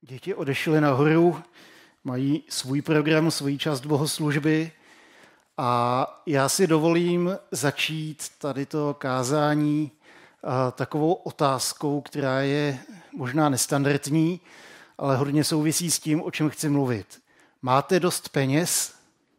Děti odešly nahoru, mají svůj program, svoji část bohoslužby a já si dovolím začít tady to kázání takovou otázkou, která je možná nestandardní, ale hodně souvisí s tím, o čem chci mluvit. Máte dost peněz?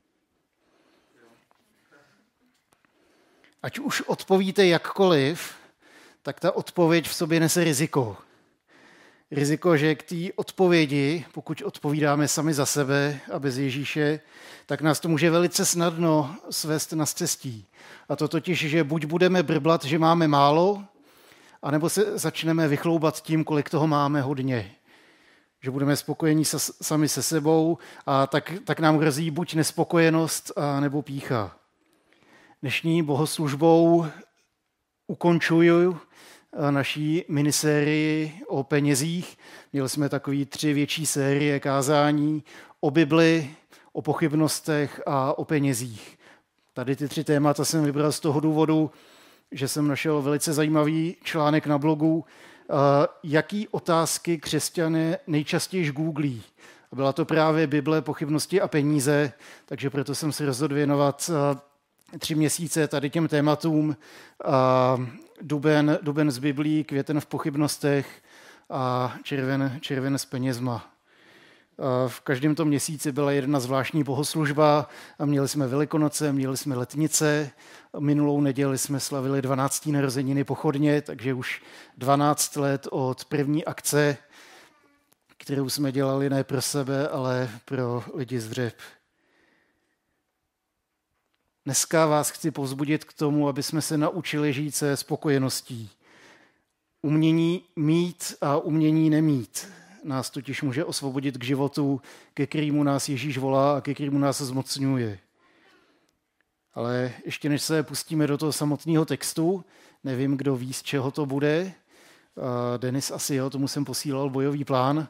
Ať už odpovíte jakkoliv, tak ta odpověď v sobě nese riziko. Riziko, že k té odpovědi, pokud odpovídáme sami za sebe a bez Ježíše, tak nás to může velice snadno svést na scestí. A to totiž, že buď budeme brblat, že máme málo, anebo se začneme vychloubat tím, kolik toho máme hodně. Že budeme spokojení sami se sebou a tak nám hrozí buď nespokojenost, nebo pýcha. Dnešní bohoslužbou ukončuju naší minisérii o penězích. Měli jsme takový 3 větší série kázání o Bibli, o pochybnostech a o penězích. Tady ty 3 témata jsem vybral z toho důvodu, že jsem našel velice zajímavý článek na blogu, jaký otázky křesťané nejčastěji googlí. Byla to právě Bible, pochybnosti a peníze, takže proto jsem se rozhodl věnovat 3 měsíce tady těm tématům. Duben z Biblí, květen v pochybnostech a červen s penězma. V každém tom měsíci byla jedna zvláštní bohoslužba a měli jsme Velikonoce, měli jsme letnice. Minulou neděli jsme slavili 12. narozeniny pochodně, takže už 12 let od první akce, kterou jsme dělali ne pro sebe, ale pro lidi z Dřeb. Dneska vás chci povzbudit k tomu, aby jsme se naučili žít se spokojeností. Umění mít a umění nemít nás totiž může osvobodit k životu, ke kterému nás Ježíš volá a ke kterému nás zmocňuje. Ale ještě než se pustíme do toho samotného textu, nevím, kdo ví, z čeho to bude. Denis asi jo, tomu jsem posílal bojový plán.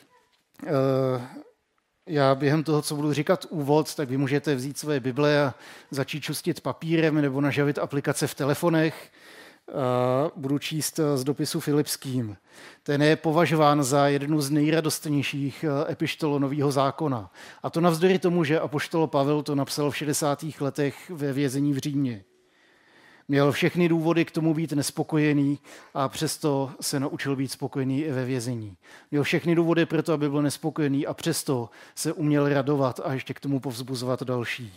Já během toho, co budu říkat úvod, tak vy můžete vzít své Bible a začít čustit papírem nebo nažavit aplikace v telefonech. Budu číst z dopisu Filipským. Ten je považován za jednu z nejradostnějších epištol Nového zákona. A to navzdory tomu, že apoštol Pavel to napsal v 60. letech ve vězení v Římě. Měl všechny důvody k tomu být nespokojený a přesto se naučil být spokojený i ve vězení. Měl všechny důvody pro to, aby byl nespokojený a přesto se uměl radovat a ještě k tomu povzbuzovat další.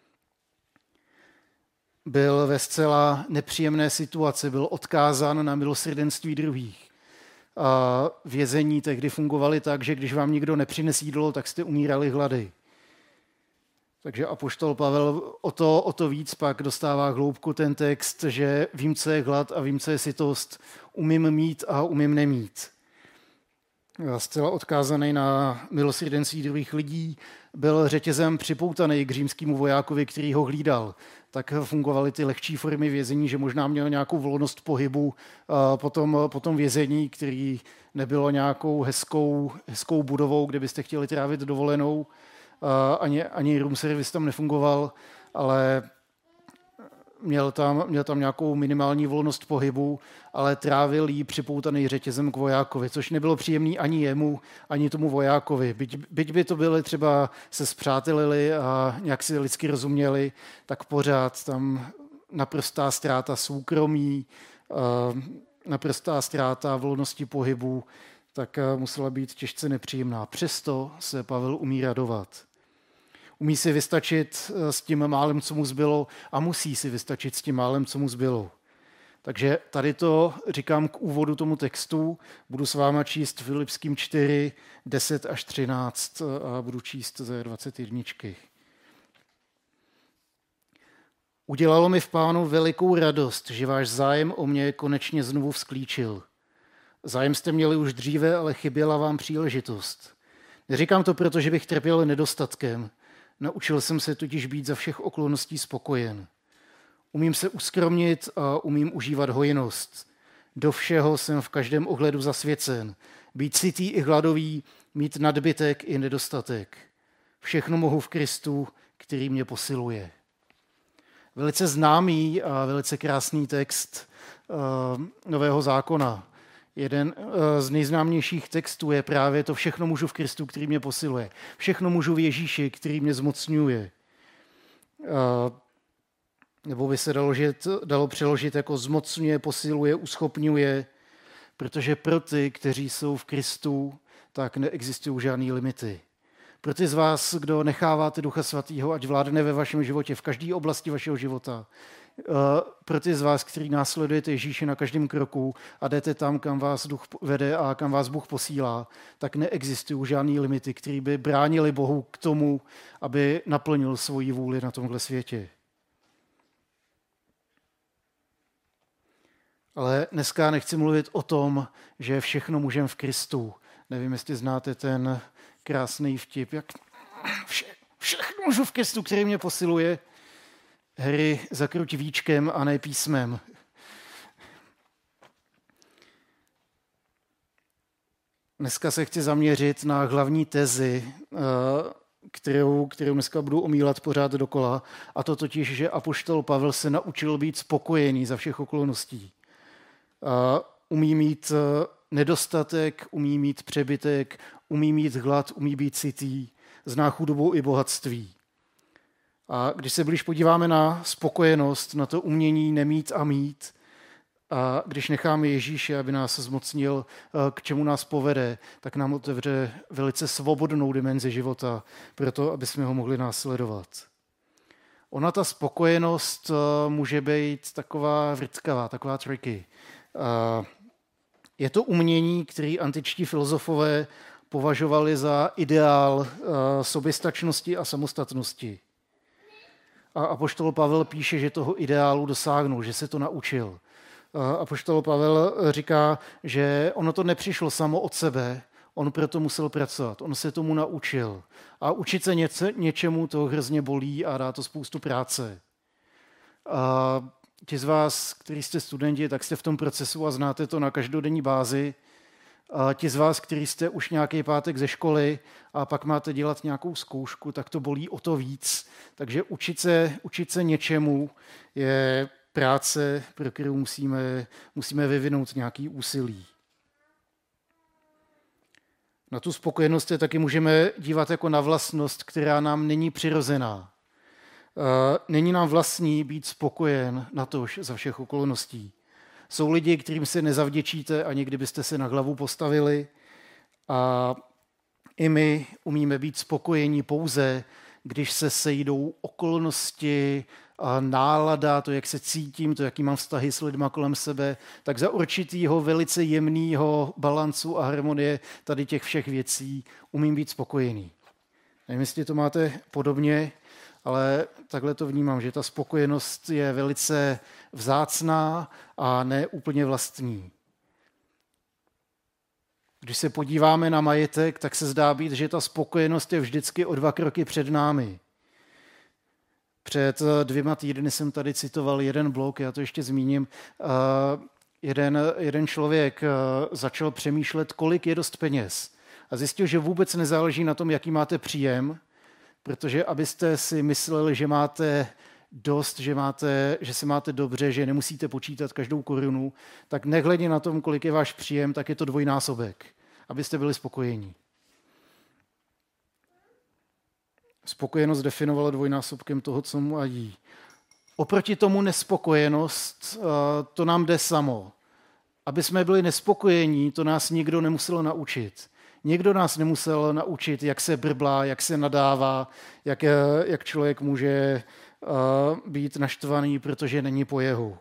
Byl ve zcela nepříjemné situaci, byl odkázán na milosrdenství druhých. A vězení tehdy fungovaly tak, že když vám nikdo nepřines jídlo, tak jste umírali hlady. Takže apoštol Pavel o to víc pak dostává hloubku ten text, že vím, co je hlad a vím, co je sytost, umím mít a umím nemít. Zcela odkázaný na milosrdenství druhých lidí, byl řetězem připoutaný k římskému vojákovi, který ho hlídal. Tak fungovaly ty lehčí formy vězení, že možná měl nějakou volnost pohybu po tom vězení, který nebylo nějakou hezkou budovou, kde byste chtěli trávit dovolenou. Ani room service tam nefungoval, ale měl tam nějakou minimální volnost pohybu, ale trávil jí připoutaný řetězem k vojákovi, což nebylo příjemný ani jemu, ani tomu vojákovi. Byť by to byli třeba se spřátelili a nějak si lidsky rozuměli, tak pořád tam naprostá ztráta soukromí, naprostá ztráta volnosti pohybu, tak musela být těžce nepříjemná. Přesto se Pavel umí radovat. Umí si vystačit s tím málem, co mu zbylo a musí si vystačit s tím málem, co mu zbylo. Takže tady to říkám k úvodu tomu textu. Budu s váma číst Filipským 4, 10 až 13 a budu číst ze 21. Udělalo mi v Pánu velikou radost, že váš zájem o mě konečně znovu vzklíčil. Zájem jste měli už dříve, ale chyběla vám příležitost. Neříkám to proto, že bych trpěl nedostatkem. Naučil jsem se totiž být za všech okolností spokojen. Umím se uskromnit a umím užívat hojnost. Do všeho jsem v každém ohledu zasvěcen. Být sytý i hladový, mít nadbytek i nedostatek. Všechno mohu v Kristu, který mě posiluje. Velice známý a velice krásný text Nového zákona. Jeden z nejznámějších textů je právě to všechno můžu v Kristu, který mě posiluje. Všechno můžu v Ježíši, který mě zmocňuje. Nebo by se dalo přeložit jako zmocňuje, posiluje, uschopňuje, protože pro ty, kteří jsou v Kristu, tak neexistují žádný limity. Pro ty z vás, kdo necháváte Ducha Svatého, ať vládne ve vašem životě, v každé oblasti vašeho života, pro ty z vás, kteří následujete Ježíše na každém kroku a jdete tam, kam vás Duch vede a kam vás Bůh posílá, tak neexistují žádný limity, které by bránili Bohu k tomu, aby naplnil svoji vůli na tomhle světě. Ale dneska nechci mluvit o tom, že všechno můžeme v Kristu. Nevím, jestli znáte ten krásný vtip, jak všechno můžu v Kristu, který mě posiluje. Hry zakruť víčkem a ne písmem. Dneska se chci zaměřit na hlavní tezi, kterou dneska budu omílat pořád dokola, a to totiž, že apoštol Pavel se naučil být spokojený za všech okolností. Umí mít nedostatek, umí mít přebytek, umí mít hlad, umí být sytý, zná chudobu i bohatství. A když se blíž podíváme na spokojenost, na to umění nemít a mít, a když necháme Ježíše, aby nás zmocnil, k čemu nás povede, tak nám otevře velice svobodnou dimenzi života, proto, aby jsme ho mohli následovat. Ona, ta spokojenost, může být taková vrtkavá, taková tricky. Je to umění, který antičtí filozofové považovali za ideál soběstačnosti a samostatnosti. A apoštol Pavel píše, že toho ideálu dosáhnul, že se to naučil. Apoštol Pavel říká, že ono to nepřišlo samo od sebe, on proto musel pracovat, on se tomu naučil. A učit se něčemu to hrozně bolí a dá to spoustu práce. A ti z vás, kteří jste studenti, tak jste v tom procesu a znáte to na každodenní bázi. A ti z vás, kteří jste už nějaký pátek ze školy a pak máte dělat nějakou zkoušku, tak to bolí o to víc. Takže učit se něčemu je práce, pro kterou musíme vyvinout nějaký úsilí. Na tu spokojenost se taky můžeme dívat jako na vlastnost, která nám není přirozená. Není nám vlastní být spokojen natož za všech okolností. Jsou lidi, kterým se nezavděčíte, ani kdybyste se na hlavu postavili. A i my umíme být spokojení pouze, když se sejdou okolnosti, a nálada, to, jak se cítím, to, jaký mám vztahy s lidma kolem sebe, tak za určitýho velice jemného balancu a harmonie tady těch všech věcí umím být spokojený. Nevím, jestli to máte podobně, ale takhle to vnímám, že ta spokojenost je velice vzácná a ne úplně vlastní. Když se podíváme na majetek, tak se zdá být, že ta spokojenost je vždycky o 2 kroky před námi. Před 2 týdny jsem tady citoval jeden blog, já to ještě zmíním. Jeden člověk začal přemýšlet, kolik je dost peněz. A zjistil, že vůbec nezáleží na tom, jaký máte příjem, protože abyste si mysleli, že máte dost, že se máte dobře, že nemusíte počítat každou korunu, tak nehledě na tom, kolik je váš příjem, tak je to 2násobek, abyste byli spokojení. Spokojenost definovala 2násobkem toho, co mu mají. Oproti tomu nespokojenost, to nám jde samo. Aby jsme byli nespokojení, to nás nikdo nemusel naučit. Nikdo nás nemusel naučit, jak se brblá, jak se nadává, jak člověk může být naštvaný, protože není po jeho.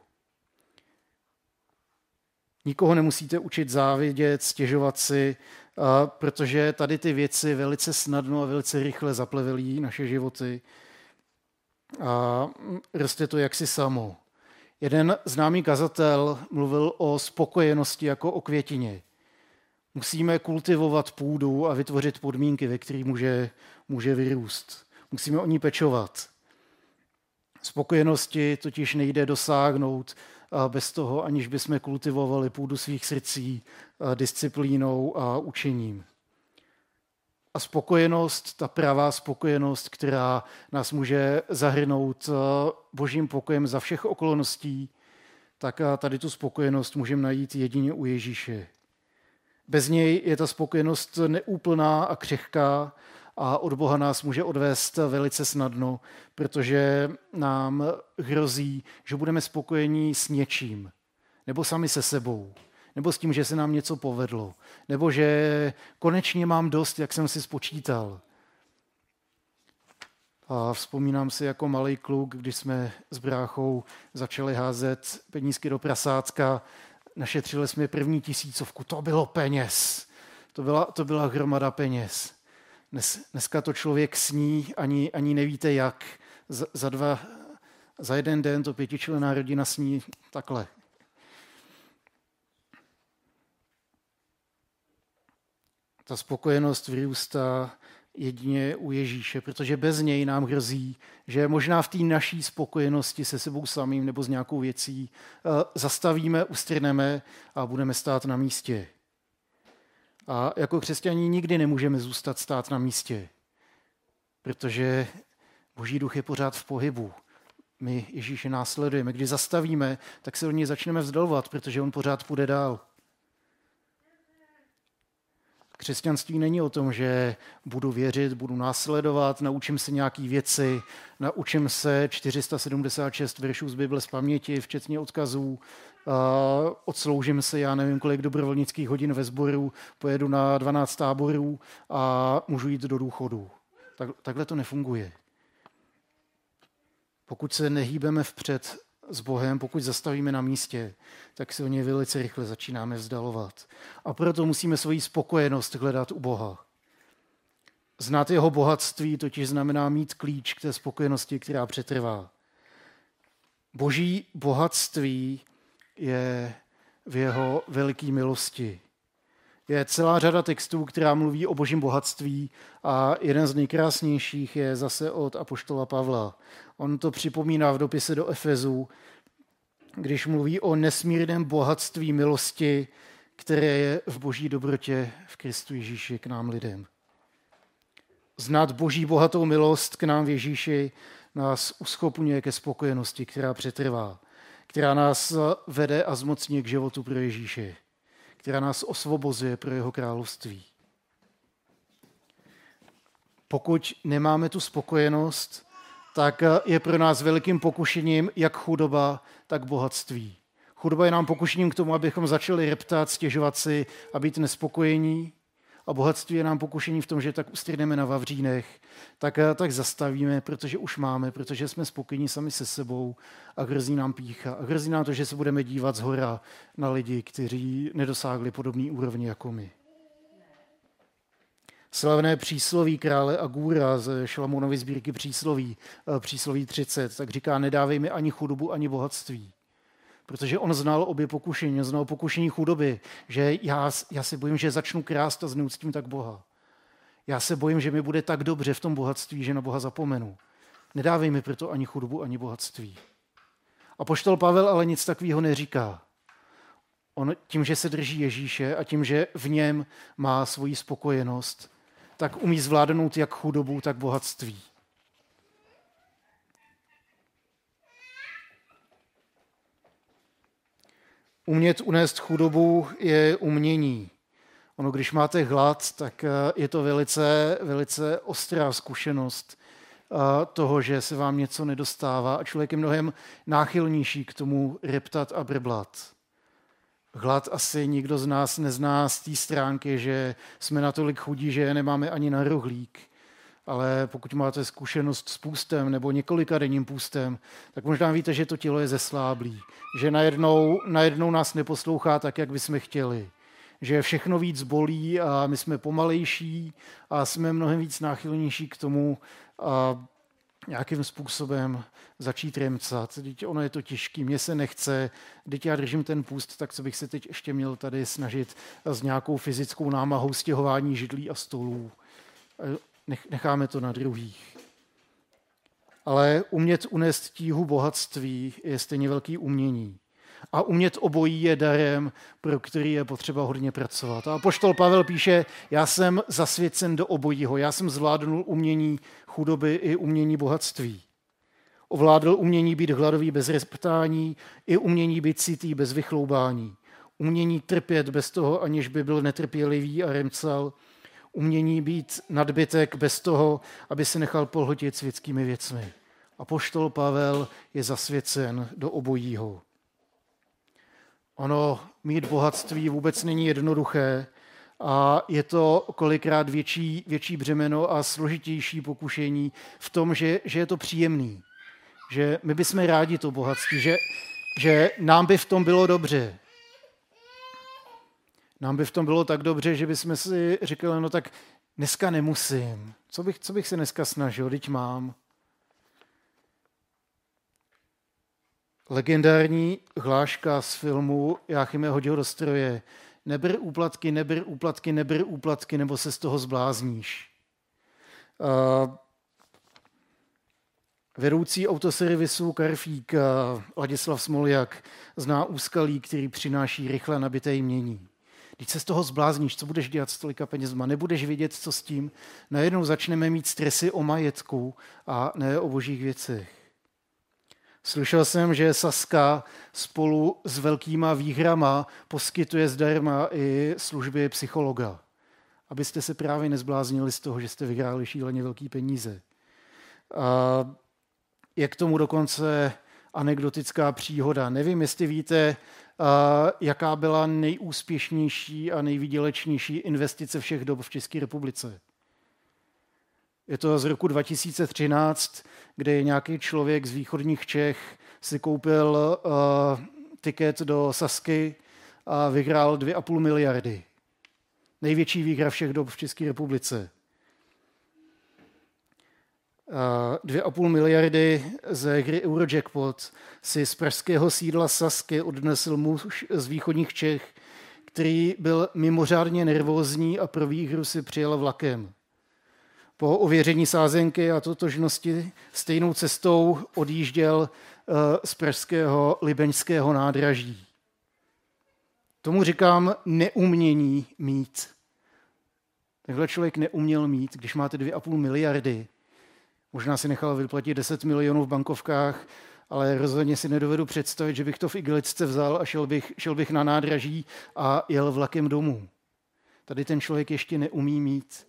Nikoho nemusíte učit závidět, stěžovat si, protože tady ty věci velice snadno a velice rychle zaplevelí naše životy a roste to jaksi samo. Jeden známý kazatel mluvil o spokojenosti jako o květině. Musíme kultivovat půdu a vytvořit podmínky, ve kterých může vyrůst. Musíme o ní pečovat. Spokojenosti totiž nejde dosáhnout bez toho, aniž bychom kultivovali půdu svých srdcí disciplínou a učením. A spokojenost, ta pravá spokojenost, která nás může zahrnout božím pokojem za všech okolností, tak tady tu spokojenost můžeme najít jedině u Ježíše. Bez něj je ta spokojenost neúplná a křehká a od Boha nás může odvést velice snadno, protože nám hrozí, že budeme spokojení s něčím, nebo sami se sebou, nebo s tím, že se nám něco povedlo, nebo že konečně mám dost, jak jsem si spočítal. A vzpomínám si jako malý kluk, když jsme s bráchou začali házet penízky do prasátka, našetřili jsme první 1000, to bylo peněz. To byla hromada peněz. Dneska to člověk sní, ani nevíte jak. Za jeden den to 5členná rodina sní takhle. Ta spokojenost vyrůstá jedině u Ježíše, protože bez něj nám hrozí, že možná v té naší spokojenosti se sebou samým nebo s nějakou věcí zastavíme, ustrneme a budeme stát na místě. A jako křesťaní nikdy nemůžeme zůstat stát na místě, protože Boží duch je pořád v pohybu. My Ježíše následujeme. Když zastavíme, tak se od něj začneme vzdalovat, protože on pořád půjde dál. Křesťanství není o tom, že budu věřit, budu následovat, naučím se nějaké věci, naučím se 476 veršů z Bible z paměti, včetně odkazů, odsloužím se, já nevím, kolik dobrovolnických hodin ve sboru, pojedu na 12 táborů a můžu jít do důchodu. Takhle to nefunguje. Pokud se nehýbeme vpřed s Bohem, pokud zastavíme na místě, tak se o něj velice rychle začínáme vzdalovat. A proto musíme svoji spokojenost hledat u Boha. Znát jeho bohatství totiž znamená mít klíč k té spokojenosti, která přetrvá. Boží bohatství je v jeho veliké milosti. Je celá řada textů, která mluví o božím bohatství a jeden z nejkrásnějších je zase od apoštola Pavla. On to připomíná v dopise do Efezů, když mluví o nesmírném bohatství milosti, které je v boží dobrotě v Kristu Ježíši k nám lidem. Znát boží bohatou milost k nám v Ježíši nás uschopňuje ke spokojenosti, která přetrvá, která nás vede a zmocňuje k životu pro Ježíše, která nás osvobozuje pro jeho království. Pokud nemáme tu spokojenost, tak je pro nás velikým pokušením jak chudoba, tak bohatství. Chudoba je nám pokušením k tomu, abychom začali reptat, stěžovat si a být nespokojení. A bohatství je nám pokušení v tom, že tak ustrneme na vavřínech, tak zastavíme, protože už máme, protože jsme spokojení sami se sebou a hrozí nám pýcha. A hrozí nám to, že se budeme dívat zhora na lidi, kteří nedosáhli podobný úrovni jako my. Slavné přísloví krále Agura z Šalamounovy sbírky přísloví 30, tak říká, nedávej mi ani chudobu, ani bohatství. Protože on znal obě pokušení, on znal pokušení chudoby, že já se bojím, že začnu krást a zneuctím tak Boha. Já se bojím, že mi bude tak dobře v tom bohatství, že na Boha zapomenu. Nedávej mi proto ani chudobu, ani bohatství. Apoštol Pavel ale nic takového neříká. On tím, že se drží Ježíše a tím, že v něm má svoji spokojenost, tak umí zvládnout jak chudobu, tak bohatství. Umět unést chudobu je umění. Ono, když máte hlad, tak je to velice, velice ostrá zkušenost toho, že se vám něco nedostává a člověk je mnohem náchylnější k tomu reptat a brblat. Hlad asi nikdo z nás nezná z té stránky, že jsme natolik chudí, že nemáme ani na rohlík. Ale pokud máte zkušenost s půstem nebo několika denním půstem, tak možná víte, že to tělo je zesláblý. Že najednou nás neposlouchá tak, jak bychom chtěli. Že všechno víc bolí a my jsme pomalejší a jsme mnohem víc náchylnější k tomu a nějakým způsobem začít remcat. Teď ono je to těžký, mně se nechce, teď já držím ten půst, tak co bych se teď ještě měl tady snažit s nějakou fyzickou námahou stěhování židlí a stolů. Necháme to na druhých. Ale umět unést tíhu bohatství je stejně velký umění. A umět obojí je darem, pro který je potřeba hodně pracovat. A apoštol Pavel píše, já jsem zasvěcen do obojího. Já jsem zvládnul umění chudoby i umění bohatství. Ovládl umění být hladový bez reptání i umění být sytý bez vychloubání. umění trpět bez toho, aniž by byl netrpělivý a remcal, umění být nadbytek bez toho, aby se nechal pohltit světskými věcmi. Apoštol Pavel je zasvěcen do obojího. Ono mít bohatství vůbec není jednoduché a je to kolikrát větší břemeno a složitější pokušení v tom, že je to příjemný. Že my bychom rádi to bohatství, že nám by v tom bylo dobře. Nám by v tom bylo tak dobře, že bychom si říkali, no tak dneska nemusím. Co bych se dneska snažil, teď mám. Legendární hláška z filmu Jáchyme hodil do stroje. Neber úplatky, neber úplatky, neber úplatky, nebo se z toho zblázníš. Vedoucí autoservisu Karfík Ladislav Smoljak zná úskalí, který přináší rychle nabité jmění. Když se z toho zblázníš, co budeš dělat s tolika penězma, nebudeš vědět, co s tím, najednou začneme mít stresy o majetku a ne o božích věcech. Slyšel jsem, že Sazka spolu s velkýma výhrama poskytuje zdarma i služby psychologa, abyste se právě nezbláznili z toho, že jste vyhráli šíleně velký peníze. A je k tomu dokonce anekdotická příhoda. Nevím, jestli víte, jaká byla nejúspěšnější a nejvýdělečnější investice všech dob v České republice. Je to z roku 2013, kde nějaký člověk z východních Čech si koupil tiket do Sazky a vyhrál 2,5 miliardy. Největší výhra všech dob v České republice. 2,5 miliardy ze hry Eurojackpot si z pražského sídla Sazky odnesl muž z východních Čech, který byl mimořádně nervózní a pro výhru si přijel vlakem. Po ověření sázenky a totožnosti stejnou cestou odjížděl z pražského libeňského nádraží. Tomu říkám neumění mít. Takhle člověk neuměl mít, když máte 2,5 miliardy. Možná si nechal vyplatit 10 milionů v bankovkách, ale rozhodně si nedovedu představit, že bych to v igelitce vzal a šel bych na nádraží a jel vlakem domů. Tady ten člověk ještě neumí mít.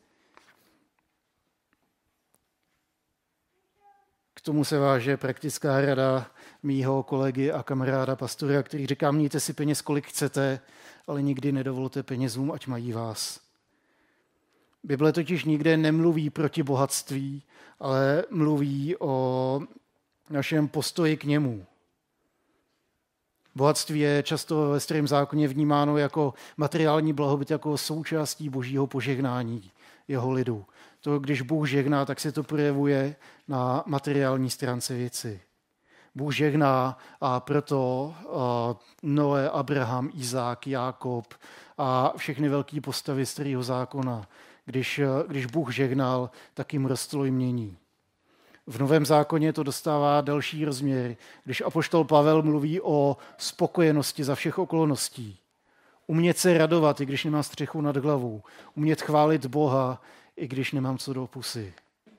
K tomu se váže praktická rada mýho kolegy a kamaráda pastora, který říká, mějte si peněz, kolik chcete, ale nikdy nedovolte penězům, ať mají vás. Bible totiž nikde nemluví proti bohatství, ale mluví o našem postoji k němu. Bohatství je často ve Starém zákoně vnímáno jako materiální blahobyt, jako součástí božího požehnání jeho lidu. To, když Bůh žehná, tak se to projevuje na materiální stránce věci. Bůh žehná a proto Noé, Abraham, Izák, Jákob a všechny velké postavy Starého zákona. Když Bůh žehnal, tak jim rostlo jmění. V Novém zákoně to dostává další rozměr, když apoštol Pavel mluví o spokojenosti za všech okolností. Umět se radovat, i když nemám střechu nad hlavou. Umět chválit Boha, i když nemám co do pusy.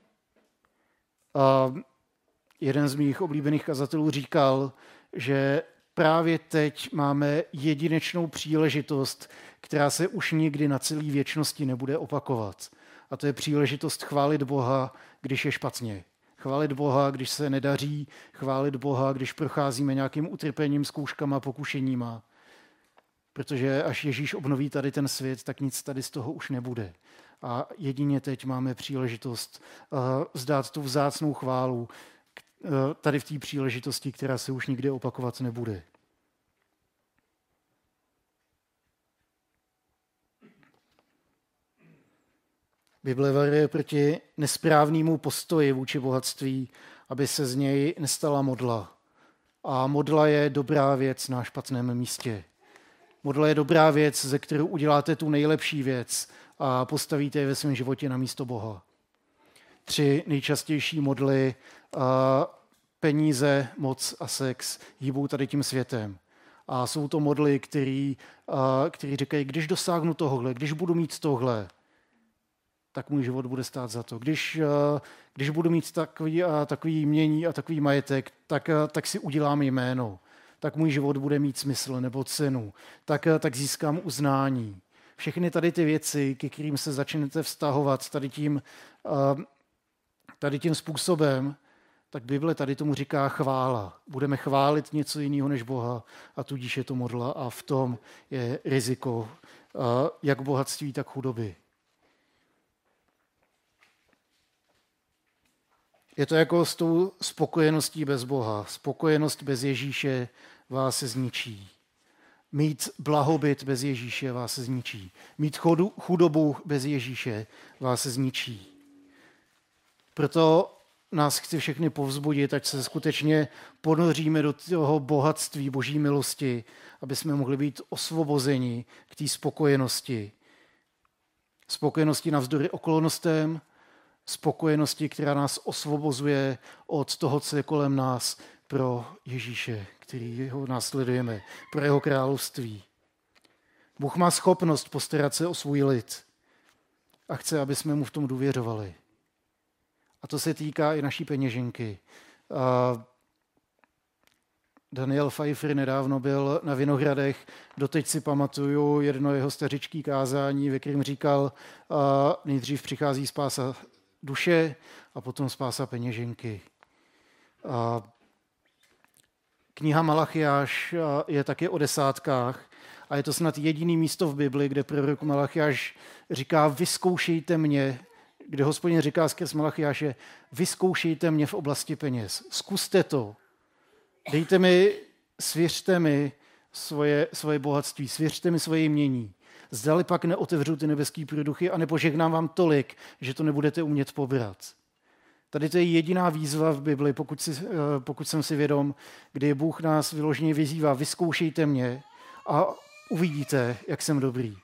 A jeden z mých oblíbených kazatelů říkal, že právě teď máme jedinečnou příležitost, která se už nikdy na celé věčnosti nebude opakovat. A to je příležitost chválit Boha, když je špatně. Chválit Boha, když se nedaří, chválit Boha, když procházíme nějakým utrpením, zkouškama, pokušeníma. Protože až Ježíš obnoví tady ten svět, tak nic tady z toho už nebude. A jedině teď máme příležitost vzdát tu vzácnou chválu tady v té příležitosti, která se už nikdy opakovat nebude. Bible varuje proti nesprávnému postoji vůči bohatství, aby se z něj nestala modla. A modla je dobrá věc na špatném místě. Modla je dobrá věc, ze kterou uděláte tu nejlepší věc a postavíte je ve svém životě na místo Boha. 3 nejčastější modly, peníze, moc a sex, hýbou tady tím světem. A jsou to modly, který říkají, když dosáhnu tohle, když budu mít tohle, tak můj život bude stát za to. Když budu mít takový jmění a takový majetek, tak si udělám jméno. tak můj život bude mít smysl nebo cenu, tak získám uznání. Všechny tady ty věci, ke kterým se začnete vztahovat tady tím způsobem, tak Bible tady tomu říká chvála. Budeme chválit něco jiného než Boha a tudíž je to modla a v tom je riziko jak bohatství, tak chudoby. Je to jako s tou spokojeností bez Boha. Spokojenost bez Ježíše vás se zničí. Mít blahobyt bez Ježíše vás se zničí. Mít chudobu bez Ježíše vás se zničí. Proto nás chci všechny povzbudit, ať se skutečně ponoříme do toho bohatství Boží milosti, aby jsme mohli být osvobozeni k té spokojenosti. Spokojenosti navzdory okolnostem, spokojenosti, která nás osvobozuje od toho, co je kolem nás, pro Ježíše, který ho následujeme, pro jeho království. Bůh má schopnost postarat se o svůj lid a chce, aby jsme mu v tom důvěřovali. A to se týká i naší peněženky. Daniel Pfeiffer nedávno byl na Vinohradech, doteď si pamatuju jedno jeho stařičké kázání, ve kterém říkal, nejdřív přichází spása duše a potom spása peněženky. Kniha Malachiáš je taky o desátkách a je to snad jediný místo v Bibli, kde prorok Malachiáš říká, vyzkoušejte mě, kde Hospodin říká skrz Malachiáše, vyzkoušejte mě v oblasti peněz. Zkuste to. Dejte mi, svěřte mi svoje bohatství, svěřte mi svoje jmění. Zdali pak neotevřu ty nebeský průduchy a nepožehnám vám tolik, že to nebudete umět pobrat. Tady to je jediná výzva v Bibli, pokud jsem si vědom, kdy Bůh nás vyloženě vyzývá, vyzkoušejte mě a uvidíte, jak jsem dobrý.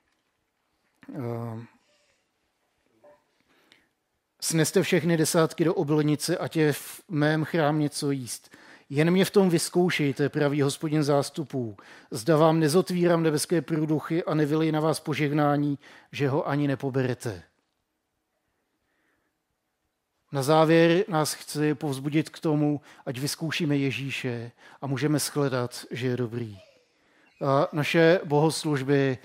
Sneste všechny desátky do obilnice, ať je v mém chrám něco jíst. Jen mě v tom vyzkoušejte, pravý Hospodin zástupů. Zda vám nezotvírám nebeské průduchy a nevylej na vás požehnání, že ho ani nepoberete. Na závěr nás chci povzbudit k tomu, ať vyzkoušíme Ježíše a můžeme shledat, že je dobrý. Naše bohoslužby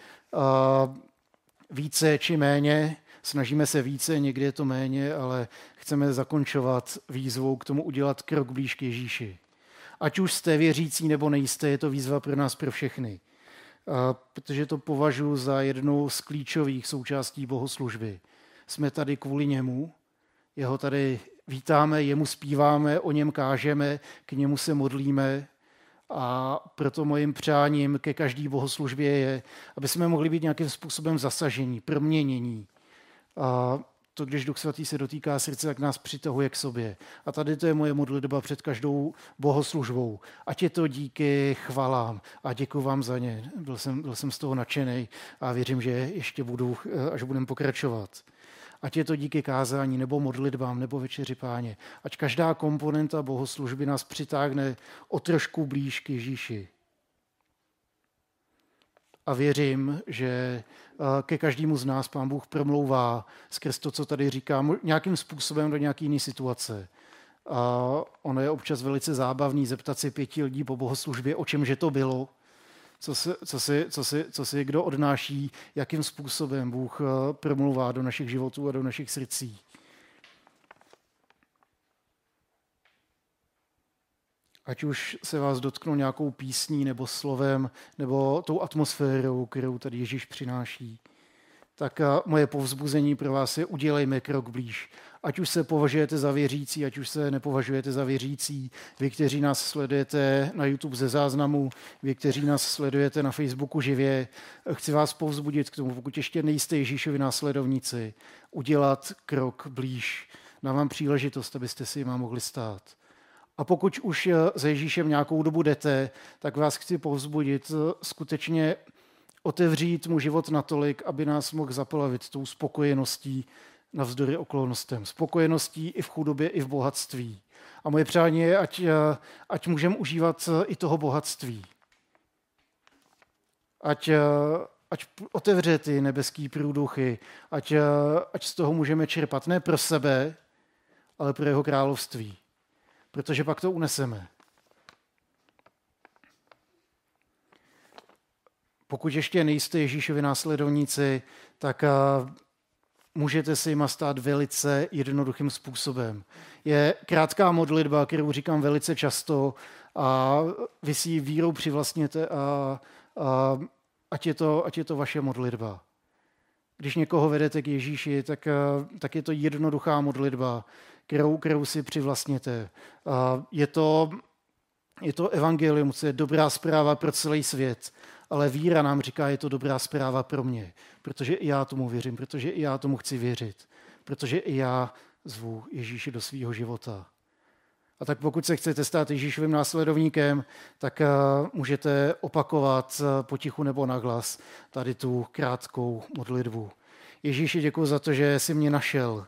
více či méně, snažíme se více, někdy je to méně, ale chceme zakončovat výzvou k tomu udělat krok blíž k Ježíši. Ať už jste věřící nebo nejste, je to výzva pro nás, pro všechny. Protože to považuji za jednu z klíčových součástí bohoslužby. Jsme tady kvůli němu, jeho tady vítáme, jemu zpíváme, o něm kážeme, k němu se modlíme a proto mojím přáním ke každé bohoslužbě je, aby jsme mohli být nějakým způsobem zasažení, proměnění. A to, když Duch Svatý se dotýká srdce, tak nás přitahuje k sobě. A tady to je moje modlitba před každou bohoslužbou. Ať je to díky chvalám a děkuji vám za ně. Byl jsem z toho nadšenej a věřím, že ještě budu, až budeme pokračovat. Ať je to díky kázání, nebo modlitbám, nebo večeři Páně. Ať každá komponenta bohoslužby nás přitáhne o trošku blíž k Ježíši. A věřím, že ke každému z nás Pán Bůh promlouvá skrz to, co tady říkám, nějakým způsobem do nějaké jiné situace. A ono je občas velice zábavný zeptat si 5 lidí po bohoslužbě, o čemže to bylo, co si kdo odnáší, jakým způsobem Bůh promlouvá do našich životů a do našich srdcí. Ať už se vás dotknou nějakou písní nebo slovem, nebo tou atmosférou, kterou tady Ježíš přináší, tak moje povzbuzení pro vás je udělejme krok blíž. Ať už se považujete za věřící, ať už se nepovažujete za věřící, vy, kteří nás sledujete na YouTube ze záznamu, vy, kteří nás sledujete na Facebooku živě, chci vás povzbudit k tomu, pokud ještě nejste Ježíšovi následovníci, udělat krok blíž. Dám vám příležitost, abyste si jima mohli stát. A pokud už za Ježíšem nějakou dobu jdete, tak vás chci povzbudit skutečně otevřít mu život natolik, aby nás mohl zaplavit tou spokojeností navzdory okolnostem. Spokojeností i v chudobě, i v bohatství. A moje přání je, ať můžeme užívat i toho bohatství. Ať otevře ty nebeský průduchy, ať z toho můžeme čerpat ne pro sebe, ale pro jeho království. Protože pak to uneseme. pokud ještě nejste Ježíšovi následovníci, tak můžete se jima stát velice jednoduchým způsobem. Je krátká modlitba, kterou říkám velice často a vy si ji vírou přivlastněte a ať je to vaše modlitba. Když někoho vedete k Ježíši, tak je to jednoduchá modlitba, kterou si přivlastněte. Je to evangelium, co je dobrá zpráva pro celý svět, ale víra nám říká, je to dobrá zpráva pro mě, protože i já tomu věřím, protože i já tomu chci věřit, protože i já zvu Ježíše do svého života. A tak pokud se chcete stát Ježíšovým následovníkem, tak můžete opakovat potichu nebo nahlas tady tu krátkou modlitbu. Ježíši, děkuji za to, že jsi mě našel.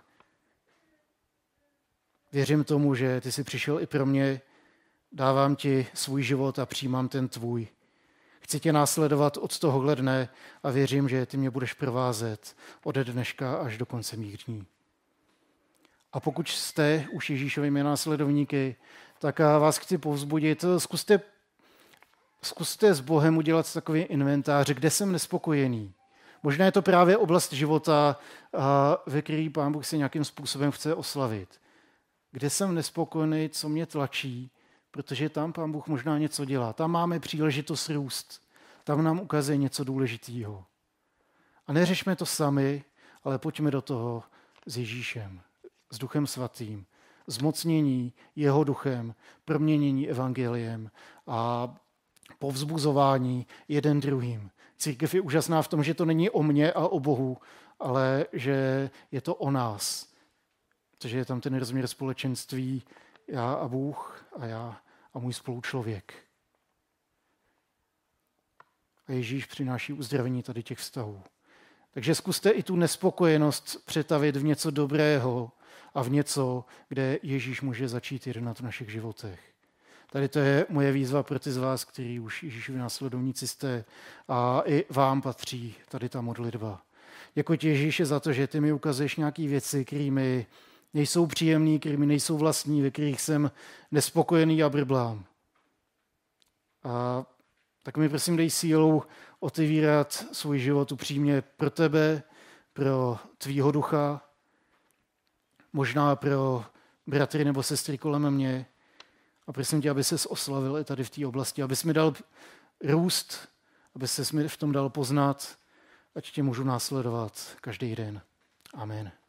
Věřím tomu, že ty jsi přišel i pro mě. Dávám ti svůj život a přijímám ten tvůj. Chci tě následovat od tohohle dne a věřím, že ty mě budeš provázet ode dneška až do konce mých dní. A pokud jste už Ježíšovými následovníky, tak vás chci povzbudit. Zkuste s Bohem udělat takový inventář, kde jsem nespokojený. Možná je to právě oblast života, ve který Pán Bůh si nějakým způsobem chce oslavit. Kde jsem nespokojený, co mě tlačí, protože tam Pán Bůh možná něco dělá. Tam máme příležitost růst. Tam nám ukazuje něco důležitého. A neřešme to sami, ale pojďme do toho s Ježíšem, s Duchem Svatým, zmocnění jeho duchem, proměnění evangeliem a povzbuzování jeden druhým. Církev je úžasná v tom, že to není o mně a o Bohu, ale že je to o nás. Protože je tam ten rozměr společenství, já a Bůh a já a můj spolučlověk. A Ježíš přináší uzdravení tady těch vztahů. Takže zkuste i tu nespokojenost přetavit v něco dobrého a v něco, kde Ježíš může začít jednat v našich životech. Tady to je moje výzva pro ty z vás, kteří už Ježíšovi následovníci jste a i vám patří tady ta modlitba. Děkuji ti, Ježíši, za to, že ty mi ukazuješ nějaké věci, které mi nejsou příjemné, které mi nejsou vlastní, ve kterých jsem nespokojený a brblám. A tak mi prosím dej sílu otevírat svůj život upřímně pro tebe, pro tvýho ducha, možná pro bratry nebo sestry kolem mě. A prosím tě, aby ses oslavil i tady v té oblasti, abys mi dal růst, aby ses mi v tom dal poznat, ať tě můžu následovat každý den. Amen.